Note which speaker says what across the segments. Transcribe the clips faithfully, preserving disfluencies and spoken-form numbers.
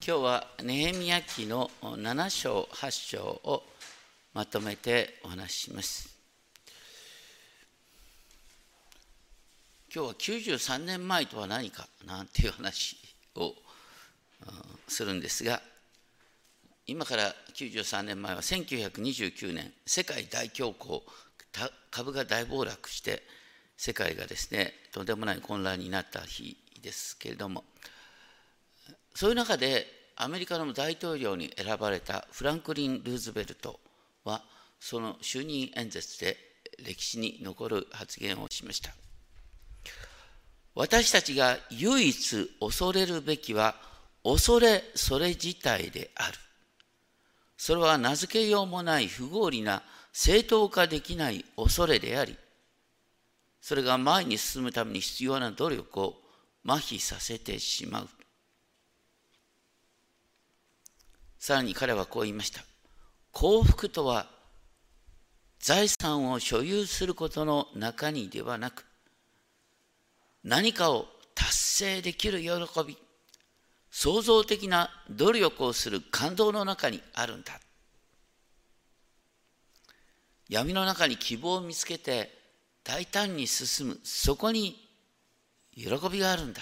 Speaker 1: 今日はネヘミヤ記のなな章はち章をまとめてお話しします。今日はきゅうじゅうさんねんまえとは何かなんていう話をするんですが、今からきゅうじゅうさんねんまえはせんきゅうひゃくにじゅうきゅうねん世界大恐慌、株が大暴落して世界がですねとんでもない混乱になった日ですけれども、そういう中でアメリカの大統領に選ばれたフランクリン・ルーズベルトはその就任演説で歴史に残る発言をしました。私たちが唯一恐れるべきは恐れそれ自体である。それは名付けようもない不合理な正当化できない恐れであり、それが前に進むために必要な努力を麻痺させてしまう。さらに彼はこう言いました。幸福とは財産を所有することの中にではなく、何かを達成できる喜び、創造的な努力をする感動の中にあるんだ。闇の中に希望を見つけて大胆に進む、そこに喜びがあるんだ。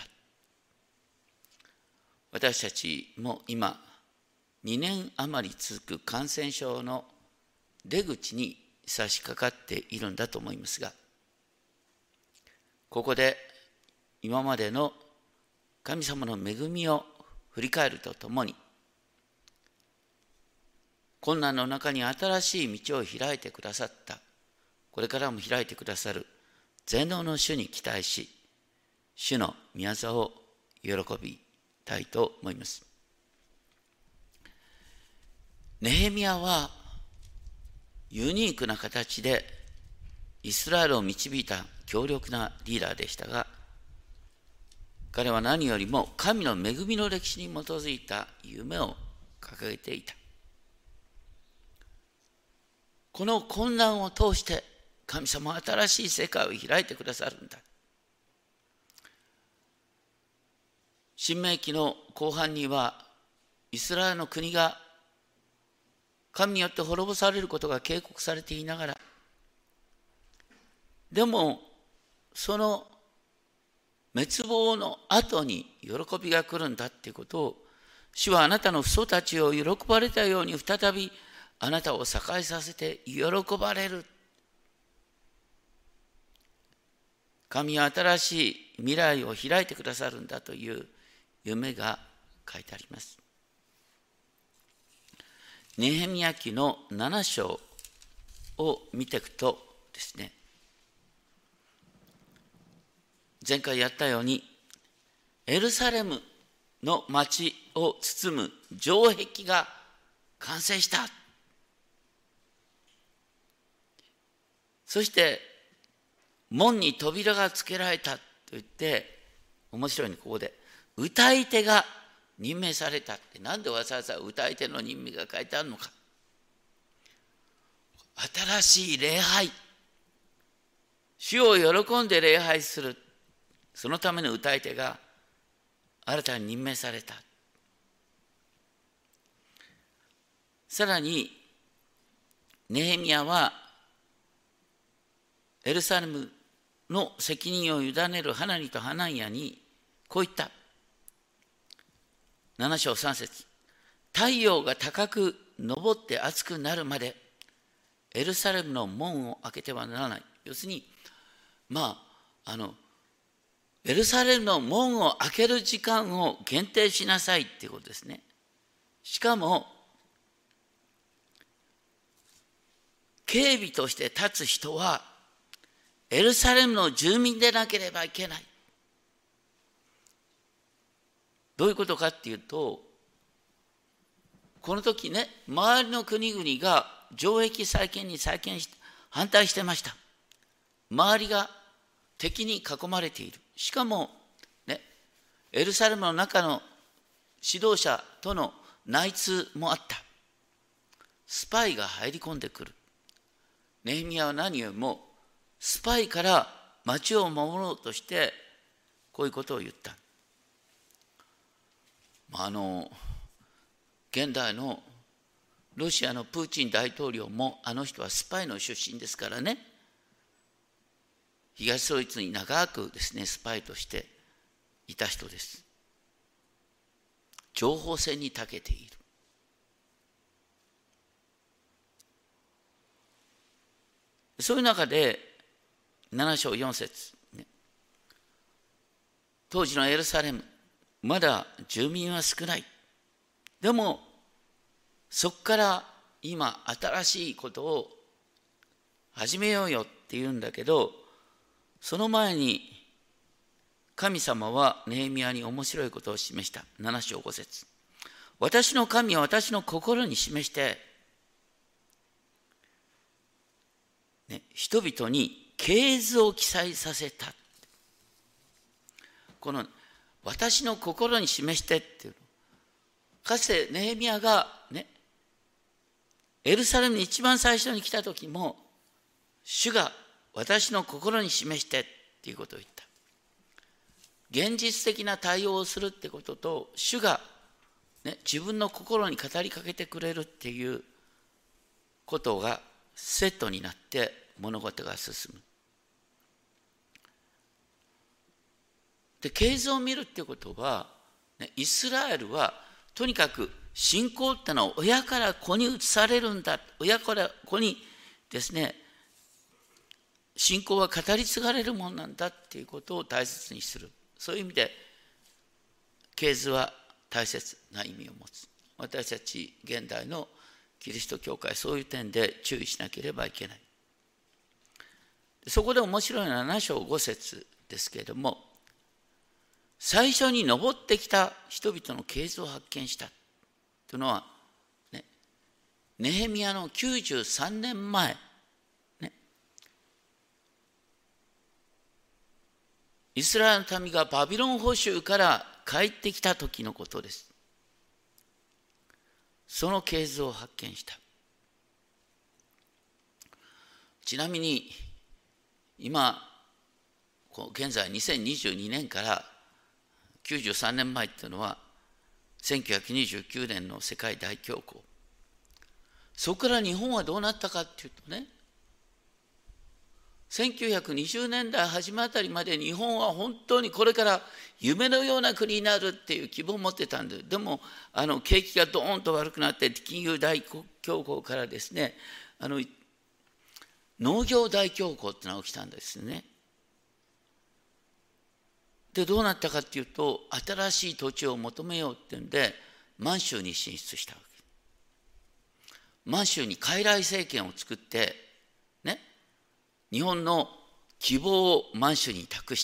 Speaker 1: 私たちも今にねん余り続く感染症の出口に差し掛かっているんだと思いますが、ここで今までの神様の恵みを振り返るとともに、困難の中に新しい道を開いてくださった、これからも開いてくださる全能の主に期待し、主の御業を喜びたいと思います。ネヘミヤはユニークな形でイスラエルを導いた強力なリーダーでしたが、彼は何よりも神の恵みの歴史に基づいた夢を掲げていた。この困難を通して神様は新しい世界を開いてくださるんだ。申命記の後半にはイスラエルの国が神によって滅ぼされることが警告されていながら、でもその滅亡の後に喜びが来るんだっていうことを、主はあなたの父祖たちを喜ばれたように再びあなたを栄えさせて喜ばれる。神は新しい未来を開いてくださるんだという夢が書いてあります。ネヘミヤ記のなな章を見ていくとですね、前回やったようにエルサレムの町を包む城壁が完成した。そして門に扉がつけられたと言って、面白いね、ここで歌い手が任命されたって、なんでわざわざ歌い手の任命が書いてあるのか。新しい礼拝、主を喜んで礼拝する、そのための歌い手が新たに任命された。さらにネヘミヤはエルサレムの責任を委ねるハナニとハナンヤにこう言った。なな章さん節、太陽が高く昇って暑くなるまでエルサレムの門を開けてはならない。要するに、まああのエルサレムの門を開ける時間を限定しなさいっていうことですね。しかも警備として立つ人はエルサレムの住民でなければいけない。どういうことかっていうと、この時ね、周りの国々が城壁再建に再建し反対してました。周りが敵に囲まれている。しかもね、エルサレムの中の指導者との内通もあった。スパイが入り込んでくる。ネヘミヤは何よりもスパイから町を守ろうとしてこういうことを言った。あの現代のロシアのプーチン大統領も、あの人はスパイの出身ですからね、東ドイツに長くですね、スパイとしていた人です。情報戦に長けている。そういう中でなな章よん節、ね、当時のエルサレム、まだ住民は少ない。でもそこから今新しいことを始めようよって言うんだけど、その前に神様はネヘミヤに面白いことを示した。なな章ご節、私の神は私の心に示して、ね、人々に啓示を記載させた。この私の心に示してっていう、かつてネヘミヤがね、エルサレムに一番最初に来た時も、主が私の心に示してっていうことを言った。現実的な対応をするってことと、主が、ね、自分の心に語りかけてくれるっていうことがセットになって物事が進む。で、啓示を見るっていうことは、ね、イスラエルはとにかく信仰ってのは親から子に移されるんだ。親から子にですね、信仰は語り継がれるものなんだっていうことを大切にする。そういう意味で、啓示は大切な意味を持つ。私たち現代のキリスト教会、そういう点で注意しなければいけない。そこで面白いのはなな章ご節ですけれども、最初に登ってきた人々の啓示を発見したというのは、ね、ネヘミヤのきゅうじゅうさんねんまえ、ね、イスラエルの民がバビロン捕囚から帰ってきた時のことです。その啓示を発見した。ちなみに今現在にせんにじゅうにねんからきゅうじゅうさんねんまえっていうのはせんきゅうひゃくにじゅうきゅうねんの世界大恐慌。そこから日本はどうなったかっていうとね、せんきゅうひゃくにじゅうねんだい初めあたりまで日本は本当にこれから夢のような国になるっていう希望を持ってたんで、でもあの景気がドーンと悪くなって金融大恐慌からですね、あの農業大恐慌ってのが起きたんですね。でどうなったかっていうと、新しい土地を求めようっていうんで満州に進出したわけ。満州に傀儡政権を作ってね、日本の希望を満州に託した。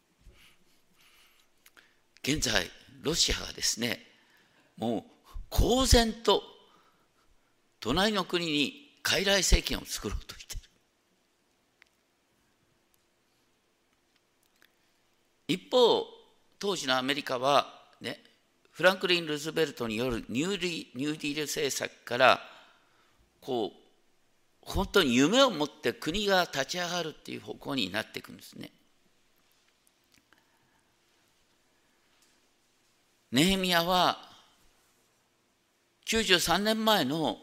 Speaker 1: 現在ロシアがですね、もう公然と隣の国に傀儡政権を作ろうとしている。一方、当時のアメリカは、ね、フランクリン・ルーズベルトによるニューディニューディール政策からこう本当に夢を持って国が立ち上がるっていう方向になっていくんですね。ネヘミヤはきゅうじゅうさんねんまえの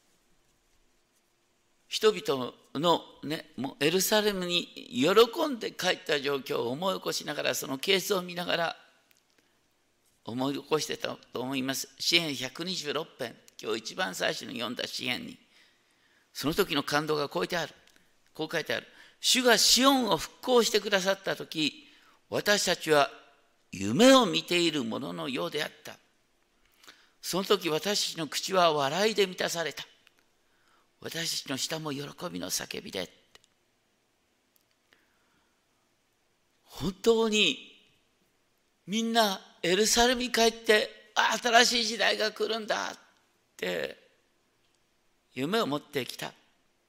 Speaker 1: 人々のね、もうエルサレムに喜んで帰った状況を思い起こしながら、そのケースを見ながら思い起こしてたと思います。詩編ひゃくにじゅうろく編、今日一番最初に読んだ詩編に、その時の感動がこう書いてある。こう書いてある。主がシオンを復興してくださった時、私たちは夢を見ているもののようであった。その時私たちの口は笑いで満たされた。私たちの舌も喜びの叫びで。本当にみんなエルサレムに帰って、あ、新しい時代が来るんだって夢を持ってきた。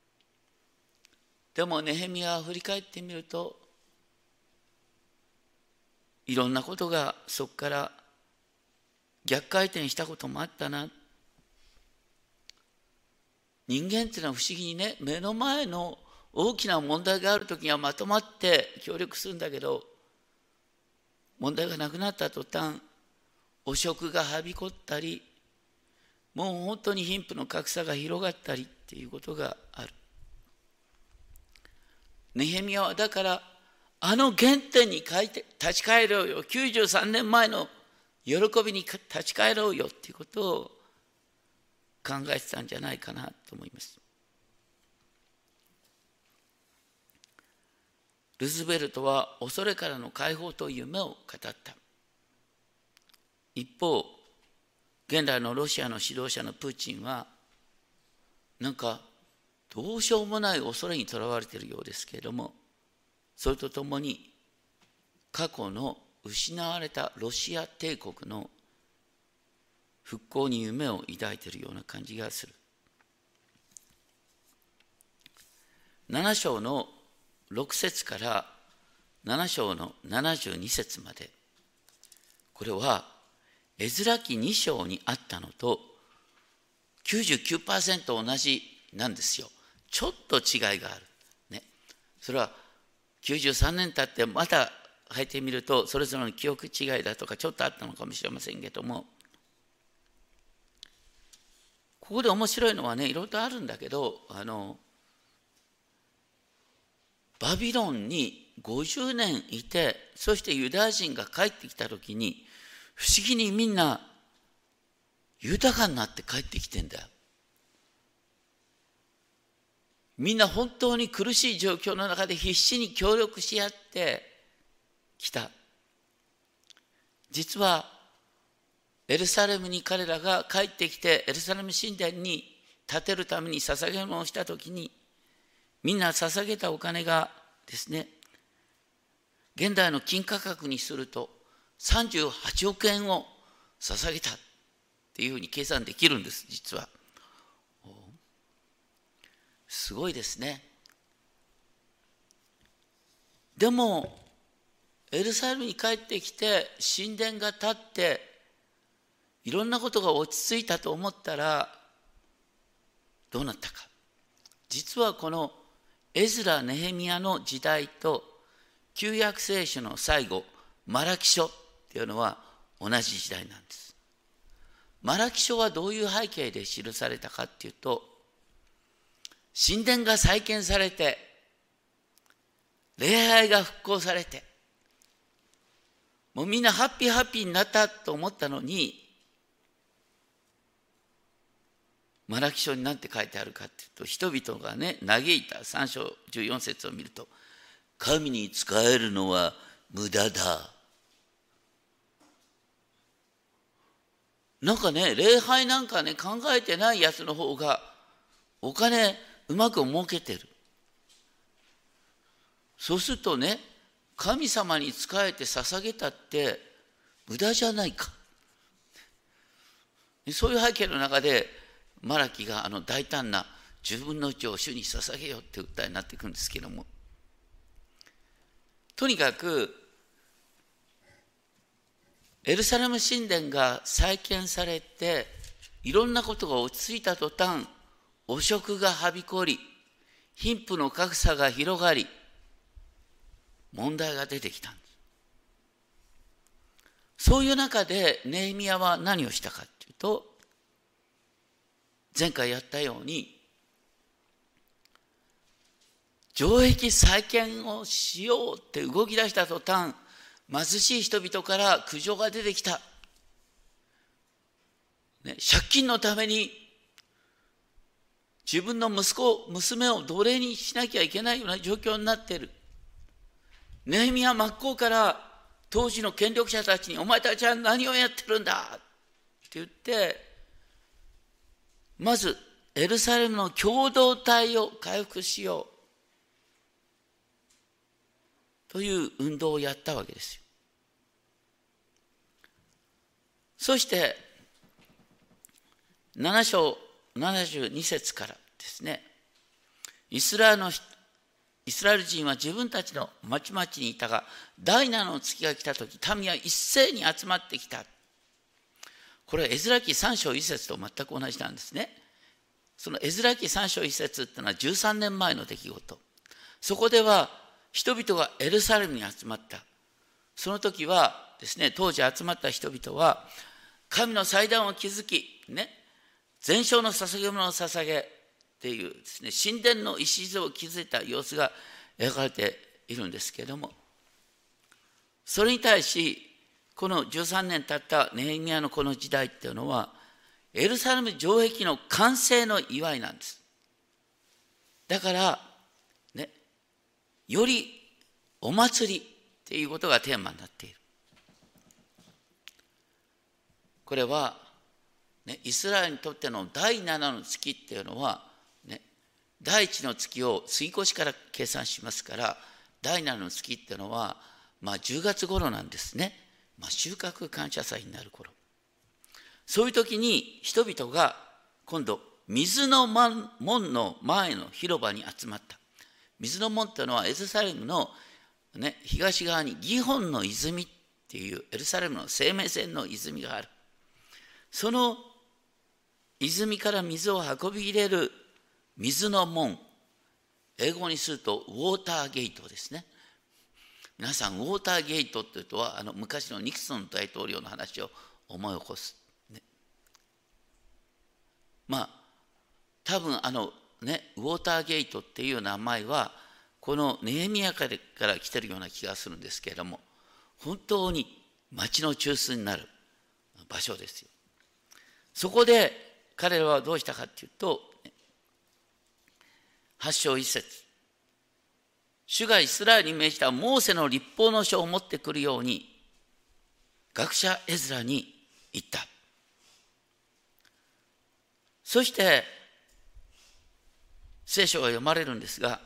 Speaker 1: でもネヘミヤを振り返ってみると、いろんなことがそこから逆回転したこともあったな。人間っていうのは不思議にね、目の前の大きな問題があるときにはまとまって協力するんだけど、問題がなくなった途端、汚職がはびこったり、 もう本当に貧富の格差が広がったりっていうことがある。ネヘミヤはだからあの原点に書いて立ち返ろうよ、きゅうじゅうさんねんまえの喜びに立ち返ろうよっていうことを考えてたんじゃないかなと思います。ルーズベルトは恐れからの解放と夢を語った。一方、現代のロシアの指導者のプーチンはなんかどうしようもない恐れにとらわれているようですけれども、それとともに過去の失われたロシア帝国の復興に夢を抱いているような感じがする。なな章のろく節からなな章のななじゅうに節まで、これはエズラ記に章にあったのと きゅうじゅうきゅうパーセント 同じなんですよ。ちょっと違いがある、ね、それはきゅうじゅうさんねん経ってまた入ってみるとそれぞれの記憶違いだとかちょっとあったのかもしれませんけども、ここで面白いのはね、いろいろとあるんだけど、あのバビロンにごじゅうねんいて、そしてユダヤ人が帰ってきた時に不思議にみんな豊かになって帰ってきてんだよ。みんな本当に苦しい状況の中で必死に協力し合ってきた。実はエルサレムに彼らが帰ってきてエルサレム神殿に建てるために捧げ物をしたときに、みんな捧げたお金がですね、現代の金価格にするとさんじゅうはちおくえんを捧げたっていうふうに計算できるんです、実は。すごいですね。でもエルサレムに帰ってきて神殿が建っていろんなことが落ち着いたと思ったらどうなったか。実はこのエズラ・ネヘミヤの時代と旧約聖書の最後マラキ書っていうのは同じ時代なんです。マラキ書はどういう背景で記されたかっていうと、神殿が再建されて礼拝が復興されて、もうみんなハッピーハッピーになったと思ったのに、マラキ書に何て書いてあるかっていうと、人々がね嘆いたさん章じゅうよん節を見ると、神に仕えるのは無駄だ。なんかね、礼拝なんかね考えてないやつの方がお金うまく儲けてる。そうするとね、神様に仕えて捧げたって無駄じゃないか。そういう背景の中でマラキがあの大胆なじゅうぶんのいちを主に捧げようって訴えになっていくんですけども、とにかくエルサレム神殿が再建されていろんなことが落ち着いた途端、汚職がはびこり、貧富の格差が広がり、問題が出てきたんです。そういう中でネヘミヤは何をしたかというと、前回やったように城壁再建をしようって動き出した途端、貧しい人々から苦情が出てきた、ね、借金のために自分の息子娘を奴隷にしなきゃいけないような状況になっている。ネヘミヤは真っ向から当時の権力者たちに、お前たちは何をやってるんだって言って、まずエルサレムの共同体を回復しようという運動をやったわけですよ。そしてなな章ななじゅうに節からですね、イスラエルのイスラエル人は自分たちの町々にいたが、第七の月が来たとき、民は一斉に集まってきた。これはエズラ記さん章いち節と全く同じなんですね。そのエズラ記さん章いち節っていうのはじゅうさんねんまえの出来事。そこでは人々がエルサレムに集まった。その時はですね、当時集まった人々は神の祭壇を築き、ね、 全焼の捧げ物を捧げっていうですね、神殿の礎を築いた様子が描かれているんですけれども、それに対しこのじゅうさんねん経ったネヘミヤのこの時代っていうのは、エルサレム城壁の完成の祝いなんです。だからね、よりお祭りっていうことがテーマになっている。これは、ね、イスラエルにとってのだいななの月っていうのは、ね、だいいちの月を杉越から計算しますから、だいななの月っていうのは、まあ、じゅうがつ頃なんですね。まあ、収穫感謝祭になる頃。そういう時に人々が今度水の門の前の広場に集まった。水の門というのはエルサレムの、ね、東側にギホンの泉っていうエルサレムの生命線の泉がある。その泉から水を運び入れる水の門、英語にするとウォーターゲートですね。皆さんウォーターゲートというとはあの昔のニクソン大統領の話を思い起こす、ね、まあ多分あのねウォーターゲートっていう名前はこのネヘミヤから来てるような気がするんですけれども、本当に町の中枢になる場所ですよ。そこで彼らはどうしたかっていうと、はち章いち節、主がイスラエルに命じたモーセの律法の書を持ってくるように学者エズラに言った。そして聖書が読まれるんですが、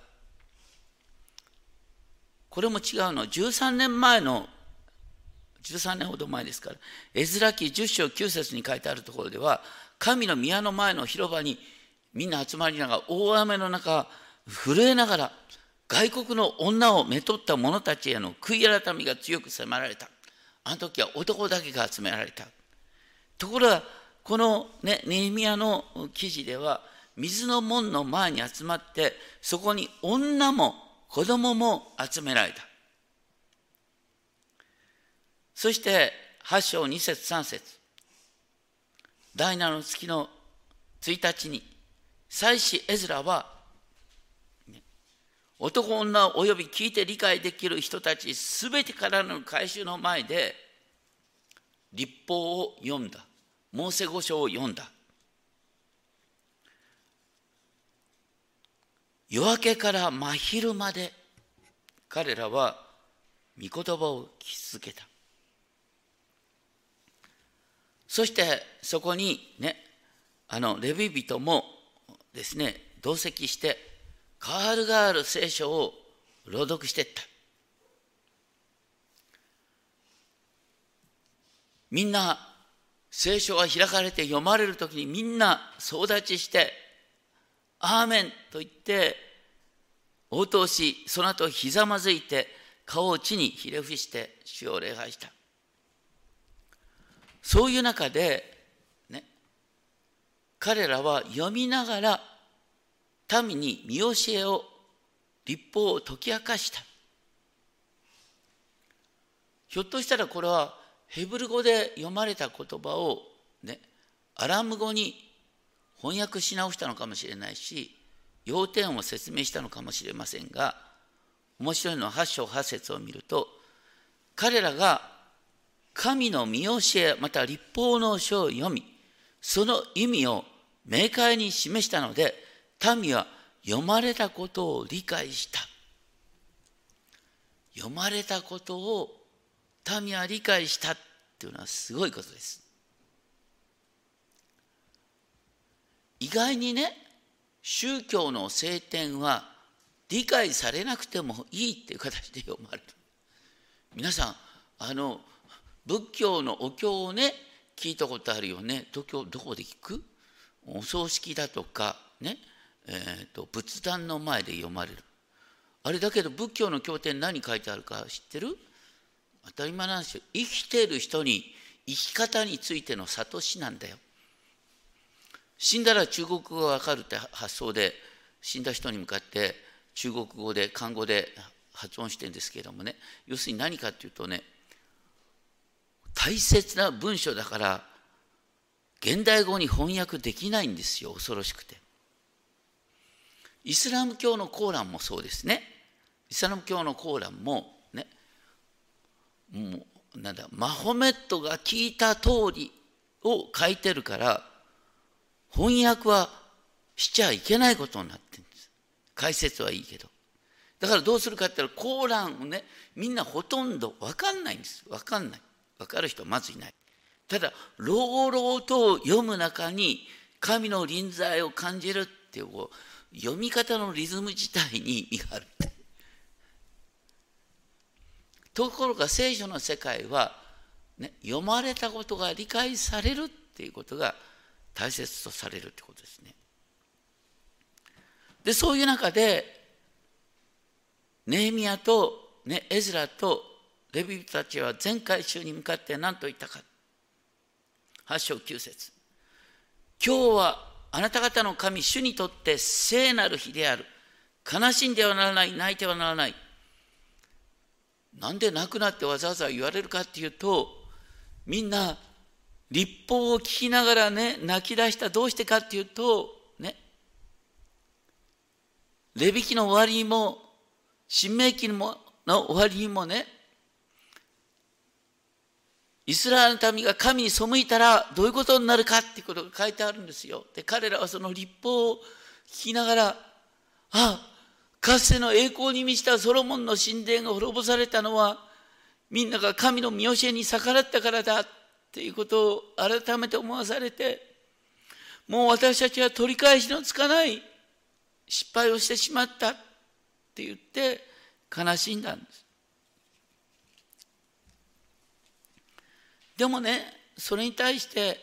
Speaker 1: これも違うの。じゅうさんねんまえのじゅうさんねんほど前ですから、エズラ記じゅっ章きゅう節に書いてあるところでは、神の宮の前の広場にみんな集まりながら、大雨の中震えながら外国の女をめとった者たちへの悔い改めが強く迫られた。あの時は男だけが集められた。ところがこの、ね、ネヘミヤの記事では、水の門の前に集まって、そこに女も子供も集められた。そしてはち章に節さん節、だいななの月のついたちに祭司エズラは男女および聞いて理解できる人たちすべてからの改宗の前で律法を読んだ。モーセ五章を読んだ。夜明けから真昼まで彼らは御言葉を聞き続けた。そしてそこにね、あのレビ人もですね同席してカールガール聖書を朗読していった。みんな聖書が開かれて読まれるときにみんな総立ちしてアーメンと言って応答し、その後ひざまずいて顔を地にひれ伏して主を礼拝した。そういう中で、ね、彼らは読みながら民に見教えを、律法を解き明かした。ひょっとしたらこれはヘブル語で読まれた言葉を、ね、アラム語に翻訳し直したのかもしれないし、要点を説明したのかもしれませんが、面白いのははち章はち節を見ると、彼らが神の見教えまた律法の書を読み、その意味を明快に示したので、民は読まれたことを理解した。読まれたことを民は理解したっていうのはすごいことです。意外にね、宗教の聖典は理解されなくてもいいっていう形で読まれる。皆さん、あの仏教のお経をね聞いたことあるよね。どこどこで聞く？お葬式だとかね、えーと、仏壇の前で読まれる。あれだけど仏教の経典何書いてあるか知ってる？当たり前なんですよ。生きている人に生き方についての諭しなんだよ。死んだら中国語が分かるって発想で死んだ人に向かって中国語で漢語で発音してるんですけれどもね、要するに何かっていうとね、大切な文章だから現代語に翻訳できないんですよ、恐ろしくて。イスラム教のコーランもそうですね。イスラム教のコーランもね、もうなんだ、マホメットが聞いた通りを書いてるから、翻訳はしちゃいけないことになってるんです。解説はいいけど。だからどうするかって言ったら、コーランをね、みんなほとんど分かんないんです。分かんない。分かる人はまずいない。ただ、朗々と読む中に神の臨在を感じるっていう、こう読み方のリズム自体に意味がある。ところが聖書の世界は、ね、読まれたことが理解されるっていうことが大切とされるってことですね。で、そういう中で、ネヘミヤと、ね、エズラとレビ人たちは全会衆に向かって何と言ったか。はち章きゅう節。今日はあなた方の神、主にとって聖なる日である。悲しんではならない、泣いてはならない。なんで泣くなってわざわざ言われるかっていうと、みんな律法を聞きながらね、泣き出した。どうしてかっていうと、ね、レビ記の終わりにも、申命記の終わりにもね、イスラエルの民が神に背いたらどういうことになるかっていうことが書いてあるんですよ。で、彼らはその律法を聞きながら、ああ、かつての栄光に満ちたソロモンの神殿が滅ぼされたのは、みんなが神の見教えに逆らったからだっていうことを改めて思わされて、もう私たちは取り返しのつかない失敗をしてしまったって言って悲しんだんです。でもね、それに対して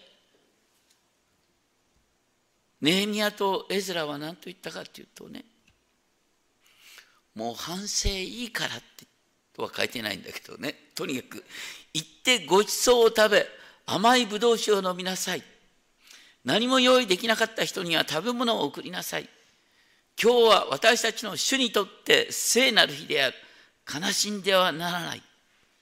Speaker 1: ネヘミヤとエズラは何と言ったかっていうとね、もう反省いいからってとは書いてないんだけどね、とにかく行ってごちそうを食べ、甘いぶどう酒を飲みなさい。何も用意できなかった人には食べ物を送りなさい。今日は私たちの主にとって聖なる日である。悲しんではならない。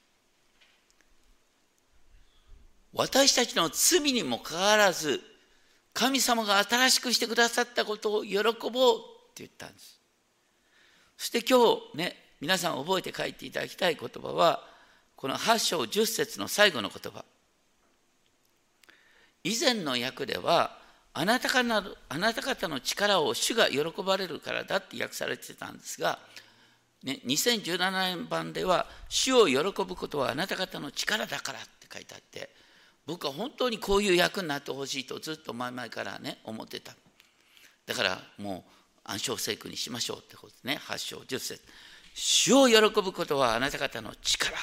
Speaker 1: 私たちの罪にもかかわらず、神様が新しくしてくださったことを喜ぼうって言ったんです。そして今日ね、皆さん覚えて書いていただきたい言葉は、このはち章じゅっ節の最後の言葉。以前の訳では、あなた方の、あなた方の力を主が喜ばれるからだって訳されてたんですが、ね、にせんじゅうななねん版では、主を喜ぶことはあなた方の力だからって書いてあって、僕は本当にこういう役になってほしいとずっと前々からね、思ってた。だからもう暗唱聖句にしましょうってことですね。はち章じゅっ節。主を喜ぶことはあなた方の力。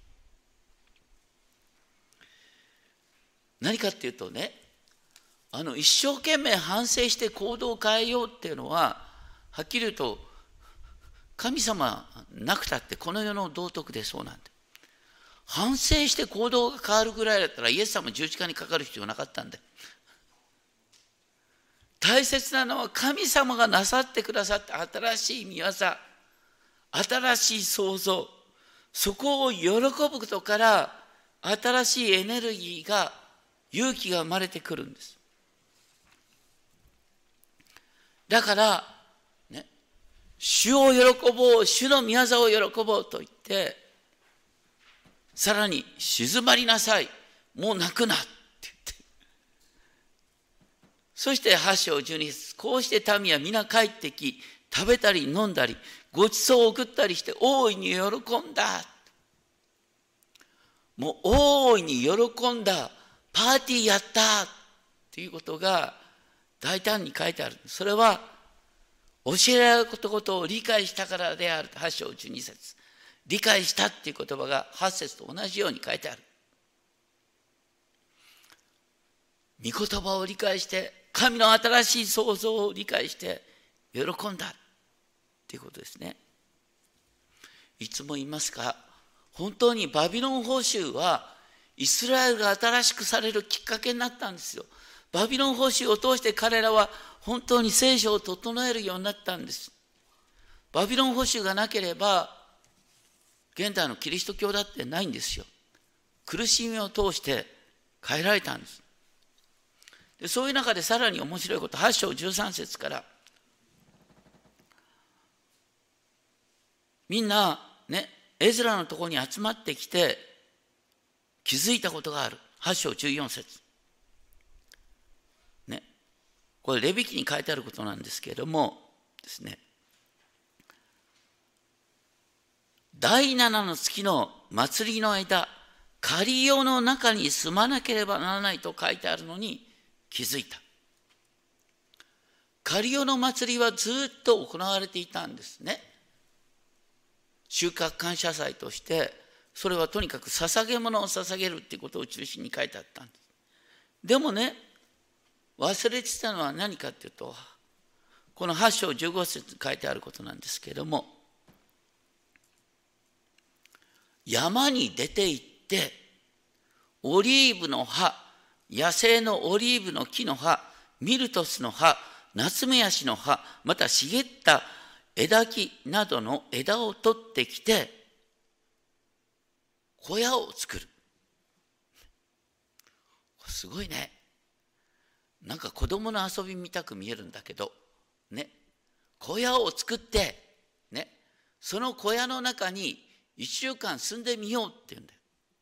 Speaker 1: 何かっていうとね、あの一生懸命反省して行動を変えようっていうのは、はっきり言うと神様なくたってこの世の道徳でそうなんだ。反省して行動が変わるぐらいだったらイエス様十字架にかかる必要なかったんだよ。大切なのは神様がなさってくださった新しい御業、新しい創造、そこを喜ぶことから新しいエネルギーが、勇気が生まれてくるんです。だからね、主を喜ぼう、主の御業を喜ぼうと言って、さらに静まりなさい、もう泣くなって言って、そしてはち章じゅうに節、こうして民は皆帰ってき、食べたり飲んだりごちそうを送ったりして大いに喜んだ。もう大いに喜んだ、パーティーやったっていうことが大胆に書いてある。それは教えられることを理解したからである。はち章じゅうに節、理解したっていう言葉がはち節と同じように書いてある。御言葉を理解して、神の新しい創造を理解して喜んだっていうことですね。いつも言いますか、本当にバビロン捕囚はイスラエルが新しくされるきっかけになったんですよ。バビロン捕囚を通して彼らは本当に聖書を整えるようになったんです。バビロン捕囚がなければ現代のキリスト教だってないんですよ。苦しみを通して変えられたんです。 でそういう中でさらに面白いこと、はち章じゅうさん節からみんなね、エズラのところに集まってきて気づいたことがある。はち章じゅうよん節ね、これレビ記に書いてあることなんですけれどもですね、だいななの月の祭りの間、カリオの中に住まなければならないと書いてあるのに気づいた。カリオの祭りはずっと行われていたんですね。収穫感謝祭として、それはとにかく捧げ物を捧げるっていうことを中心に書いてあったんです。でもね、忘れてたのは何かっていうと、このはち章じゅうご節に書いてあることなんですけれども、山に出て行ってオリーブの葉、野生のオリーブの木の葉、ミルトスの葉、ナツメヤシの葉、また茂った枝木などの枝を取ってきて小屋を作る。すごいね。なんか子供の遊び見たく見えるんだけどね、小屋を作ってね、その小屋の中にいっしゅうかん住んでみようって言うんだよ。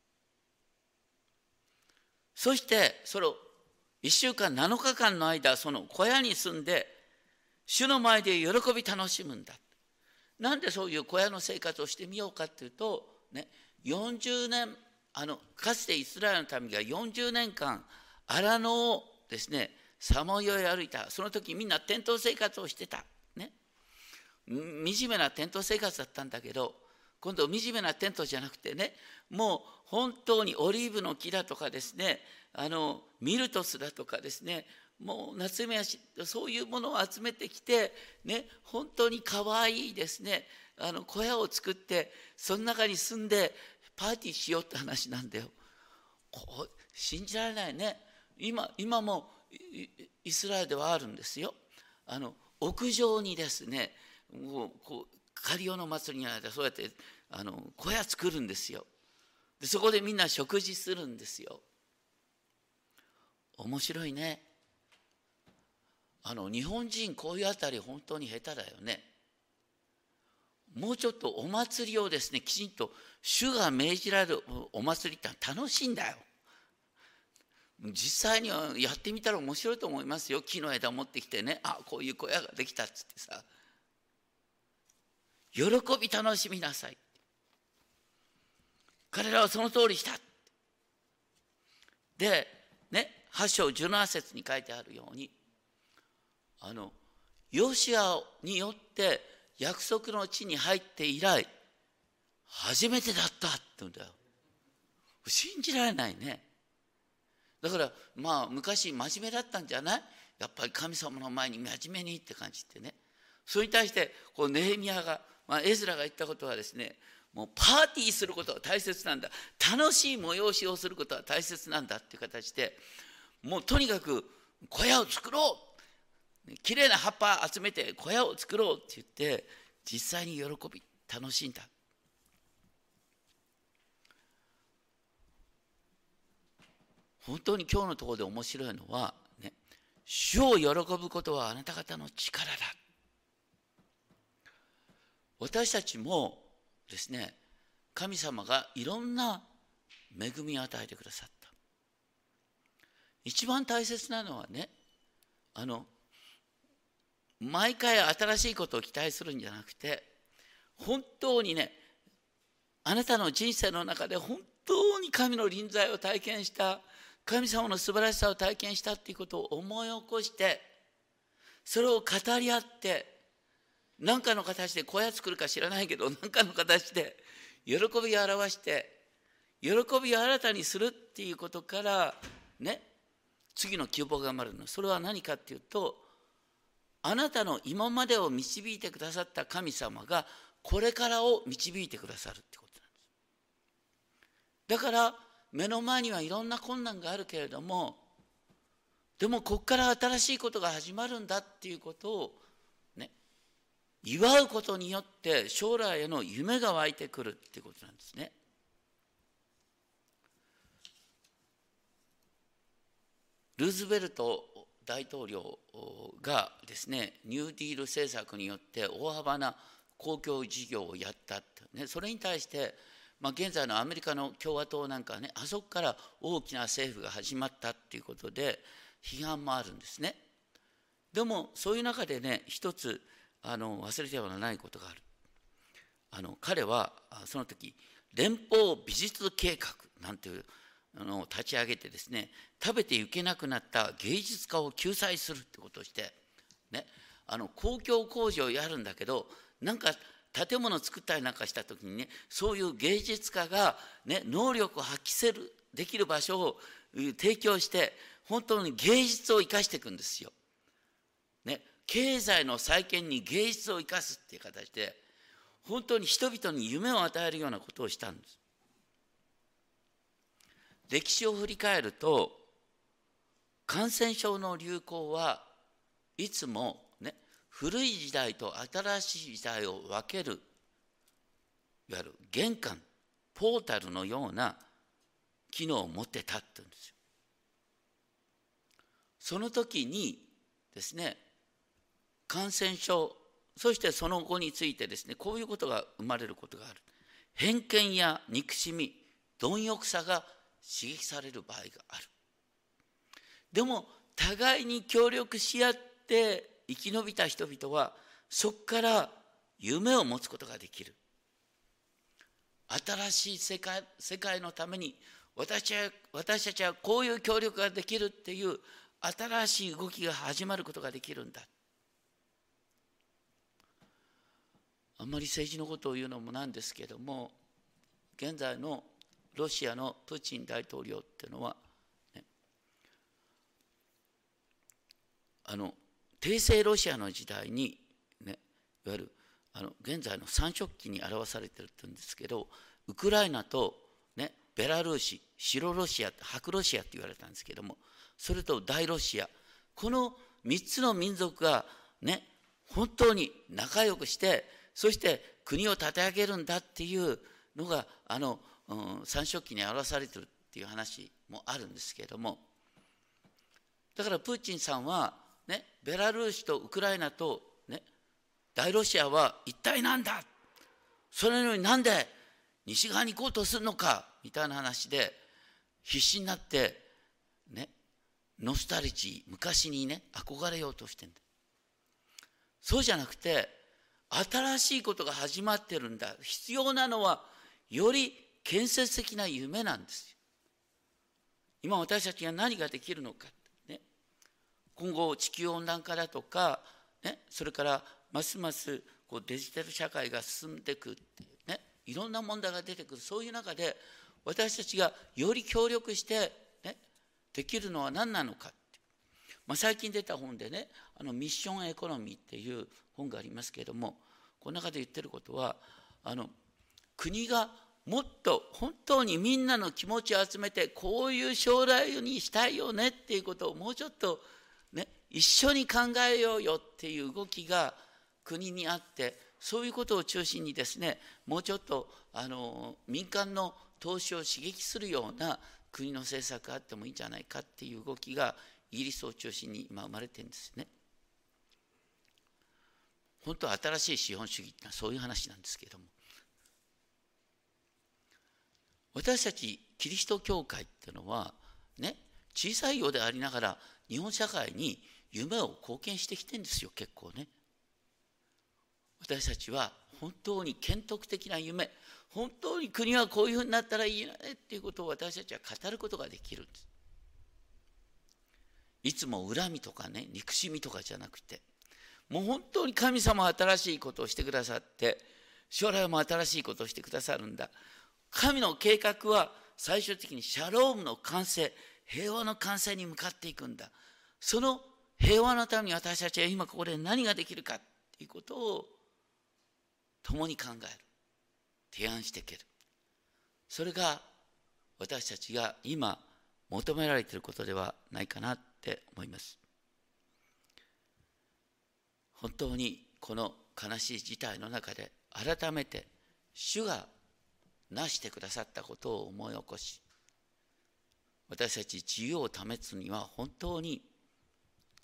Speaker 1: そしてそれをいっしゅうかんなのかかんの間、その小屋に住んで主の前で喜び楽しむんだ。なんでそういう小屋の生活をしてみようかっていうとね、よんじゅうねん、あのかつてイスラエルの民がよんじゅうねんかん荒野をですね、さまよい歩いた。その時みんなテント生活をしてたね。惨めなテント生活だったんだけど、今度惨めなテントじゃなくてね、もう本当にオリーブの木だとかですね、あのミルトスだとかですね、もうナツメヤシ、そういうものを集めてきてね、本当にかわいいですね、あの小屋を作ってその中に住んでパーティーしようって話なんだよ。こう信じられないね。今今もイスラエルではあるんですよ。あの屋上にですね、もうこうカリオの祭りにあってそうやってあの小屋作るんですよ。でそこでみんな食事するんですよ。面白いね。あの日本人こういうあたり本当に下手だよね。もうちょっとお祭りをですね、きちんと主が命じられるお祭りって楽しいんだよ。実際にはやってみたら面白いと思いますよ。木の枝持ってきてね、あ、こういう小屋ができたっつってさ、喜び楽しみなさい。彼らはその通りした。でね、はち章じゅうなな節に書いてあるように、あのヨシアによって約束の地に入って以来初めてだったって言うんだよ。信じられないね。だからまあ昔真面目だったんじゃない？やっぱり神様の前に真面目にって感じってね。それに対してこうネヘミヤが、まあ、エズラが言ったことはですね、もうパーティーすることが大切なんだ、楽しい催しをすることが大切なんだっていう形で、もうとにかく小屋を作ろう、きれいな葉っぱ集めて小屋を作ろうって言って実際に喜び楽しんだ。本当に今日のところで面白いのはね、主を喜ぶことはあなた方の力だ。私たちもですね、神様がいろんな恵みを与えてくださった。一番大切なのはね、あの毎回新しいことを期待するんじゃなくて、本当にね、あなたの人生の中で本当に神の臨在を体験した、神様の素晴らしさを体験したっていうことを思い起こして、それを語り合って、何かの形で小屋作るか知らないけど、何かの形で喜びを表して、喜びを新たにするっていうことからね、次の希望が生まれるの。それは何かっていうと、あなたの今までを導いてくださった神様がこれからを導いてくださるってことなんです。だから目の前にはいろんな困難があるけれども、でもここから新しいことが始まるんだっていうことをね、祝うことによって将来への夢が湧いてくるっていうことなんですね。ルーズベルト大統領がですね、ニューディール政策によって大幅な公共事業をやった、ね、それに対して、まあ、現在のアメリカの共和党なんかはね、あそこから大きな政府が始まったっていうことで批判もあるんですね。でもそういう中でね、一つあの忘れてはならないことがある。あの彼はその時連邦美術計画なんていうのを立ち上げてですね、食べていけなくなった芸術家を救済するってことをして、ね、あの公共工事をやるんだけど、なんか建物を作ったりなんかした時にね、そういう芸術家が、ね、能力を発揮するできる場所を提供して、本当に芸術を生かしていくんですよ。ね、経済の再建に芸術を生かすっていう形で、本当に人々に夢を与えるようなことをしたんです。歴史を振り返ると、感染症の流行はいつもね、古い時代と新しい時代を分ける、いわゆる玄関、ポータルのような機能を持ってたって言うんですよ。その時にですね、感染症、そしてその後についてですね、こういうことが生まれることがある。偏見や憎しみ、貪欲さが刺激される場合がある。でも互いに協力し合って生き延びた人々は、そこから夢を持つことができる。新しい世界、世界のために私は、私たちはこういう協力ができるっていう新しい動きが始まることができるんだ。あんまり政治のことを言うのもなんですけれども、現在のロシアのプーチン大統領っていうのは、ね、あの帝政ロシアの時代に、ね、いわゆるあの現在の三色旗に表されてるって言うんですけど、ウクライナと、ね、ベラルーシ、白ロシア、白ロシアって言われたんですけども、それと大ロシア、このみっつの民族がね、本当に仲良くして、そして国を立て上げるんだっていうのがあの、うん、三色旗に表されてるっていう話もあるんですけれども、だからプーチンさんは、ね、ベラルーシとウクライナと、ね、大ロシアは一体なんだ、それなのになんで西側に行こうとするのかみたいな話で必死になって、ね、ノスタルジー、昔にね憧れようとしてるんだ。そうじゃなくて、新しいことが始まってるんだ。必要なのはより建設的な夢なんですよ。今私たちが何ができるのか、ね、今後地球温暖化だとか、ね、それからますますこうデジタル社会が進んでいくっていう、ね、いろんな問題が出てくる。そういう中で私たちがより協力して、ね、できるのは何なのかって、まあ、最近出た本でね、あのミッションエコノミーっていう本がありますけれども、この中で言ってることは、あの国がもっと本当にみんなの気持ちを集めて、こういう将来にしたいよねっていうことをもうちょっと、ね、一緒に考えようよっていう動きが国にあって、そういうことを中心にですね、もうちょっとあの民間の投資を刺激するような国の政策があってもいいんじゃないかっていう動きがイギリスを中心に今生まれてるんですね。本当は新しい資本主義ってのはそういう話なんですけれども、私たちキリスト教会っていうのはね、小さいようでありながら日本社会に夢を貢献してきてるんですよ。結構ね、私たちは本当に建徳的な夢、本当に国はこういうふうになったらいいよねっていうことを私たちは語ることができるんです。いつも恨みとかね、憎しみとかじゃなくて、もう本当に神様は新しいことをしてくださって、将来も新しいことをしてくださるんだ。神の計画は最終的にシャロームの完成、平和の完成に向かっていくんだ。その平和のために私たちは今ここで何ができるかということを共に考える、提案していける。それが私たちが今求められていることではないかなって思います。本当にこの悲しい事態の中で改めて主がなしてくださったことを思い起こし、私たち自由を保つには本当に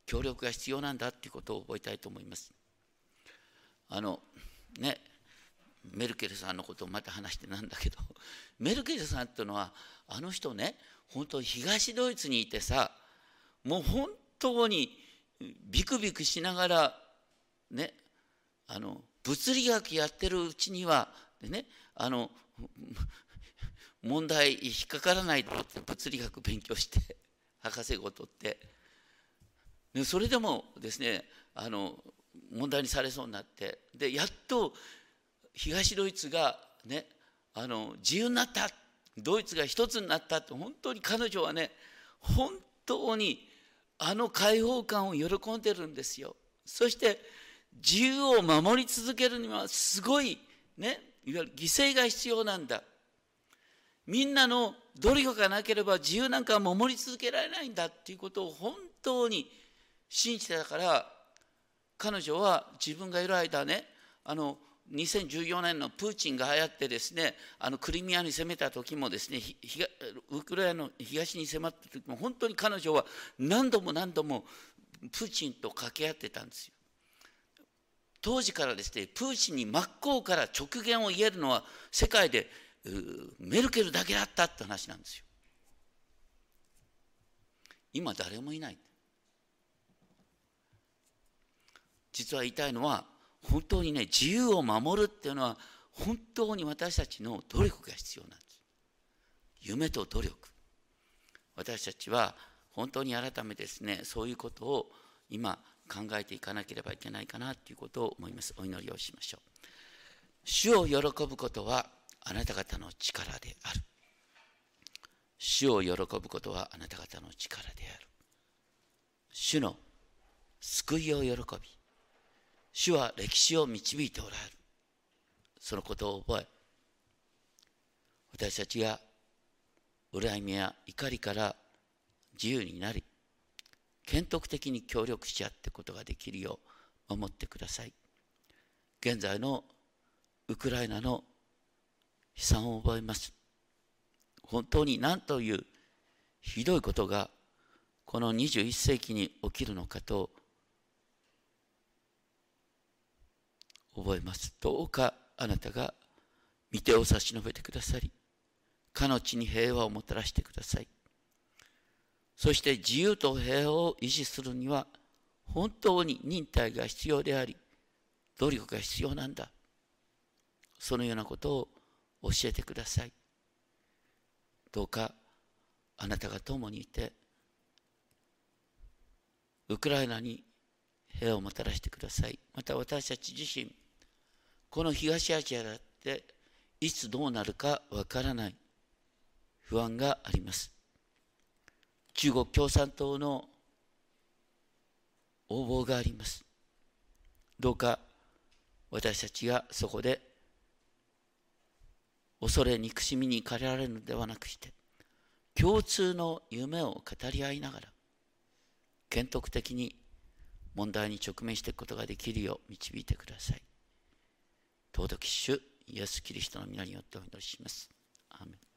Speaker 1: 協力が必要なんだということを覚えたいと思います。あのね、メルケルさんのことをまた話してなんだけど、メルケルさんっていうのはあの人ね、本当東ドイツにいてさ、もう本当にビクビクしながらね、あの物理学やってるうちにはでね、あの問題引っかからないだろうって物理学勉強して博士号を取って、でそれでもですね、あの問題にされそうになって、でやっと東ドイツがね、あの自由になった、ドイツが一つになったって、本当に彼女はね、本当にあの解放感を喜んでるんですよ。そして自由を守り続けるにはすごいね、いわゆる犠牲が必要なんだ。みんなの努力がなければ自由なんか守り続けられないんだっていうことを本当に信じてたから、彼女は自分がいる間ね、あのにせんじゅうよねんのプーチンが流行ってですね、あのクリミアに攻めた時もですね、ウクライナの東に迫った時も本当に彼女は何度も何度もプーチンと掛け合ってたんですよ。当時からですね、プーチンに真っ向から直言を言えるのは世界でメルケルだけだったって話なんですよ。今誰もいない。実は言いたいのは、本当にね、自由を守るっていうのは本当に私たちの努力が必要なんです。夢と努力、私たちは本当に改めてですね、そういうことを今考えていかなければいけないかなということを思います。お祈りをしましょう。主を喜ぶことはあなた方の力である。主を喜ぶことはあなた方の力である。主の救いを喜び、主は歴史を導いておられる。そのことを覚え、私たちが恨みや怒りから自由になり、建徳的に協力し合っていくことができるよう守ってください。現在のウクライナの悲惨を覚えます。本当に何というひどいことがこのにじゅういっせいきに起きるのかと覚えます。どうかあなたが御手を差し伸べてくださり、かの地に平和をもたらしてください。そして自由と平和を維持するには本当に忍耐が必要であり、努力が必要なんだ。そのようなことを教えてください。どうかあなたが共にいて、ウクライナに平和をもたらしてください。また私たち自身、この東アジアだっていつどうなるかわからない不安があります。中国共産党の横暴があります。どうか私たちがそこで恐れ憎しみに駆られるのではなくして、共通の夢を語り合いながら建徳的に問題に直面していくことができるよう導いてください。尊き主イエス・キリストの皆によってお祈りします。アーメン。